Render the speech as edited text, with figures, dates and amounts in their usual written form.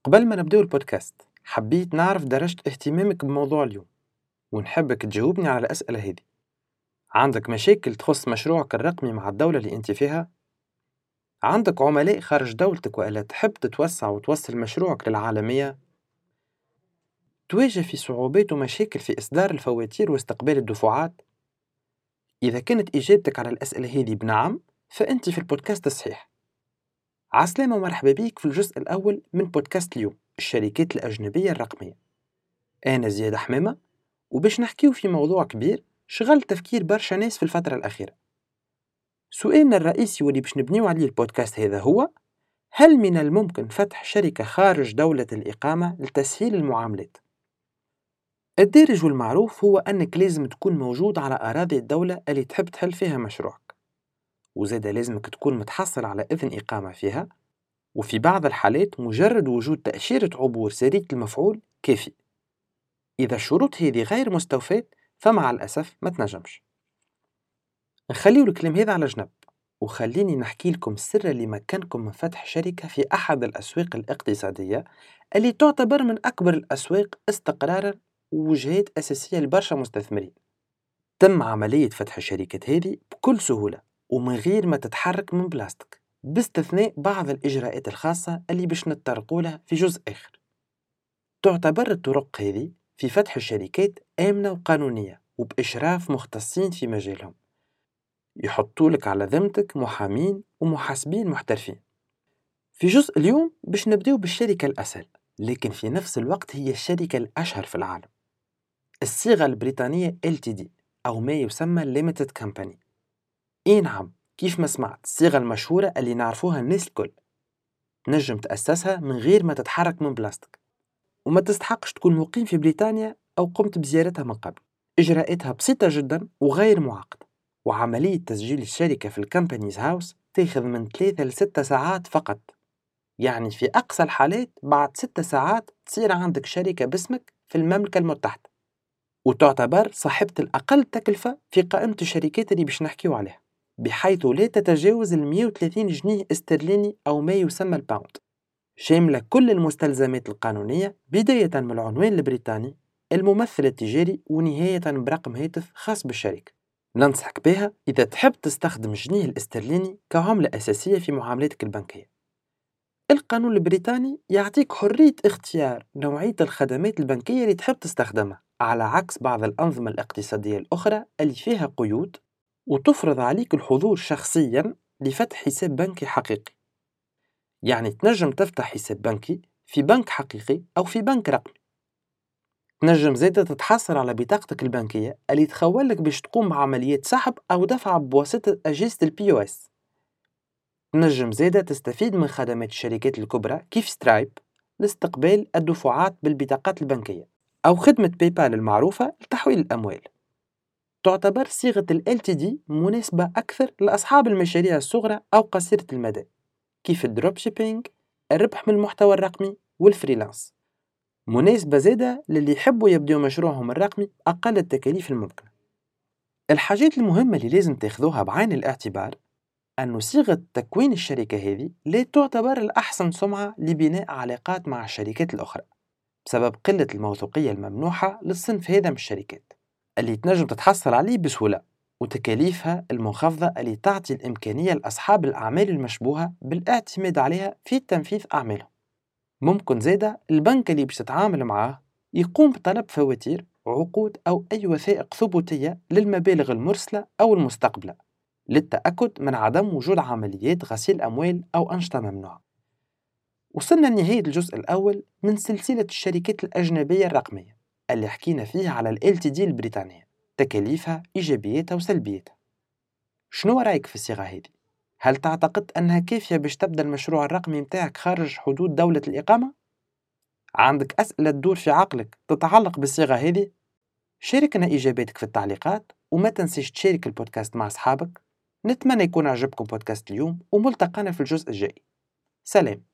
قبل ما نبدأ البودكاست حبيت نعرف درجة اهتمامك بموضوع اليوم، ونحبك تجاوبني على الأسئلة هذه. عندك مشاكل تخص مشروعك الرقمي مع الدولة اللي أنت فيها؟ عندك عملاء خارج دولتك وإلا تحب تتوسع وتوصل مشروعك للعالمية؟ تواجه في صعوبات ومشاكل في إصدار الفواتير واستقبال الدفعات؟ إذا كانت إجابتك على الأسئلة هذه بنعم، فأنت في البودكاست الصحيح. عسلامة ومرحبا بيك في الجزء الأول من بودكاست اليوم، الشركات الأجنبية الرقمية. أنا زياد حمامة، وباش نحكيو في موضوع كبير شغل تفكير برشا ناس في الفترة الأخيرة. سؤالنا الرئيسي واللي باش نبنيو عليه البودكاست هذا هو: هل من الممكن فتح شركة خارج دولة الإقامة لتسهيل المعاملات؟ الدارج والمعروف هو أنك لازم تكون موجود على أراضي الدولة اللي تحب تحل فيها مشروعك، وزاد لازمك تكون متحصل على إذن إقامة فيها، وفي بعض الحالات مجرد وجود تأشيرة عبور سرية المفعول كافي. إذا الشروط هذه غير مستوفاة فمع الأسف ما تنجمش. نخليو الكلام هذا على جنب، وخليني نحكي لكم السر اللي مكنكم من فتح شركة في أحد الأسواق الاقتصادية اللي تعتبر من أكبر الأسواق استقرارا ووجهات أساسية لبرشا مستثمرين. تم عملية فتح الشركة هذه بكل سهولة ومن غير ما تتحرك من بلاستيك، باستثناء بعض الإجراءات الخاصة اللي باش نتطرقولها في جزء آخر. تعتبر الطرق هذه في فتح الشركات آمنة وقانونية وبإشراف مختصين في مجالهم، يحطولك على ذمتك محامين ومحاسبين محترفين. في جزء اليوم باش نبداو بالشركة الأسهل، لكن في نفس الوقت هي الشركة الأشهر في العالم، الصيغة البريطانية LTD أو ما يسمى Limited Company. إيه نعم، كيف ما سمعت، الصيغة المشهورة اللي نعرفوها الناس الكل. تنجم تأسسها من غير ما تتحرك من بلاستيك، وما تستحقش تكون مقيم في بريطانيا أو قمت بزيارتها من قبل. إجراءاتها بسيطة جدا وغير معقدة، وعملية تسجيل الشركة في الكامبانيز هاوس تاخذ من 3 ل 6 ساعات فقط. يعني في أقصى الحالات بعد 6 ساعات تصير عندك شركة باسمك في المملكة المتحدة، وتعتبر صاحبة الأقل تكلفة في قائمة الشركات اللي باش نحكيو عليها، بحيث لا تتجاوز 130 جنيه استرليني أو ما يسمى الباوند، شاملة كل المستلزمات القانونية بداية من العنوان البريطاني، الممثل التجاري، ونهاية برقم هاتف خاص بالشركة. ننصحك بها إذا تحب تستخدم الجنيه الاسترليني كعملة أساسية في معاملاتك البنكية. القانون البريطاني يعطيك حرية اختيار نوعية الخدمات البنكية اللي تحب تستخدمها، على عكس بعض الأنظمة الاقتصادية الأخرى اللي فيها قيود وتفرض عليك الحضور شخصيا لفتح حساب بنكي حقيقي. يعني تنجم تفتح حساب بنكي في بنك حقيقي أو في بنك رقمي. تنجم زيادة تتحصل على بطاقتك البنكية اللي تخولك باش تقوم بعمليات سحب أو دفع بواسطة أجهزة POS. تنجم زيادة تستفيد من خدمات الشركات الكبرى كيف سترايب لاستقبال الدفعات بالبطاقات البنكية، أو خدمة باي بال المعروفة لتحويل الأموال. تعتبر صيغة ال LTD مناسبة أكثر لأصحاب المشاريع الصغرى أو قصيرة المدى، كيف الدروب شيبينج، الربح من المحتوى الرقمي، والفريلانس. مناسبة زادة للي يحبوا يبدأوا مشروعهم الرقمي أقل التكاليف الممكنة. الحاجات المهمة اللي لازم تاخذوها بعين الاعتبار أن صيغة تكوين الشركة هذه لا تعتبر الأحسن سمعة لبناء علاقات مع الشركات الأخرى، بسبب قلة الموثوقية الممنوحة للصنف هذا من الشركات اللي تنجم تتحصل عليه بسهولة، وتكاليفها المنخفضة اللي تعطي الإمكانية لأصحاب الأعمال المشبوهة بالاعتماد عليها في تنفيذ أعمالهم. ممكن زادة البنك اللي باش تتعامل معاه يقوم بطلب فواتير، عقود، أو أي وثائق ثبوتية للمبالغ المرسلة أو المستقبلة، للتأكد من عدم وجود عمليات غسيل أموال أو أنشطة ممنوعة. وصلنا لنهاية الجزء الأول من سلسلة الشركات الأجنبية الرقمية اللي حكينا فيها على ال LTD البريطانية، تكاليفها، إيجابياتها وسلبياتها. شنو رأيك في الصيغة هذه؟ هل تعتقد أنها كافية باش تبدأ المشروع الرقمي متاعك خارج حدود دولة الإقامة؟ عندك أسئلة تدور في عقلك تتعلق بالصيغة هذه؟ شاركنا إجاباتك في التعليقات، وما تنسيش تشارك البودكاست مع أصحابك. نتمنى يكون عجبكم بودكاست اليوم، وملتقانا في الجزء الجاي. سلام.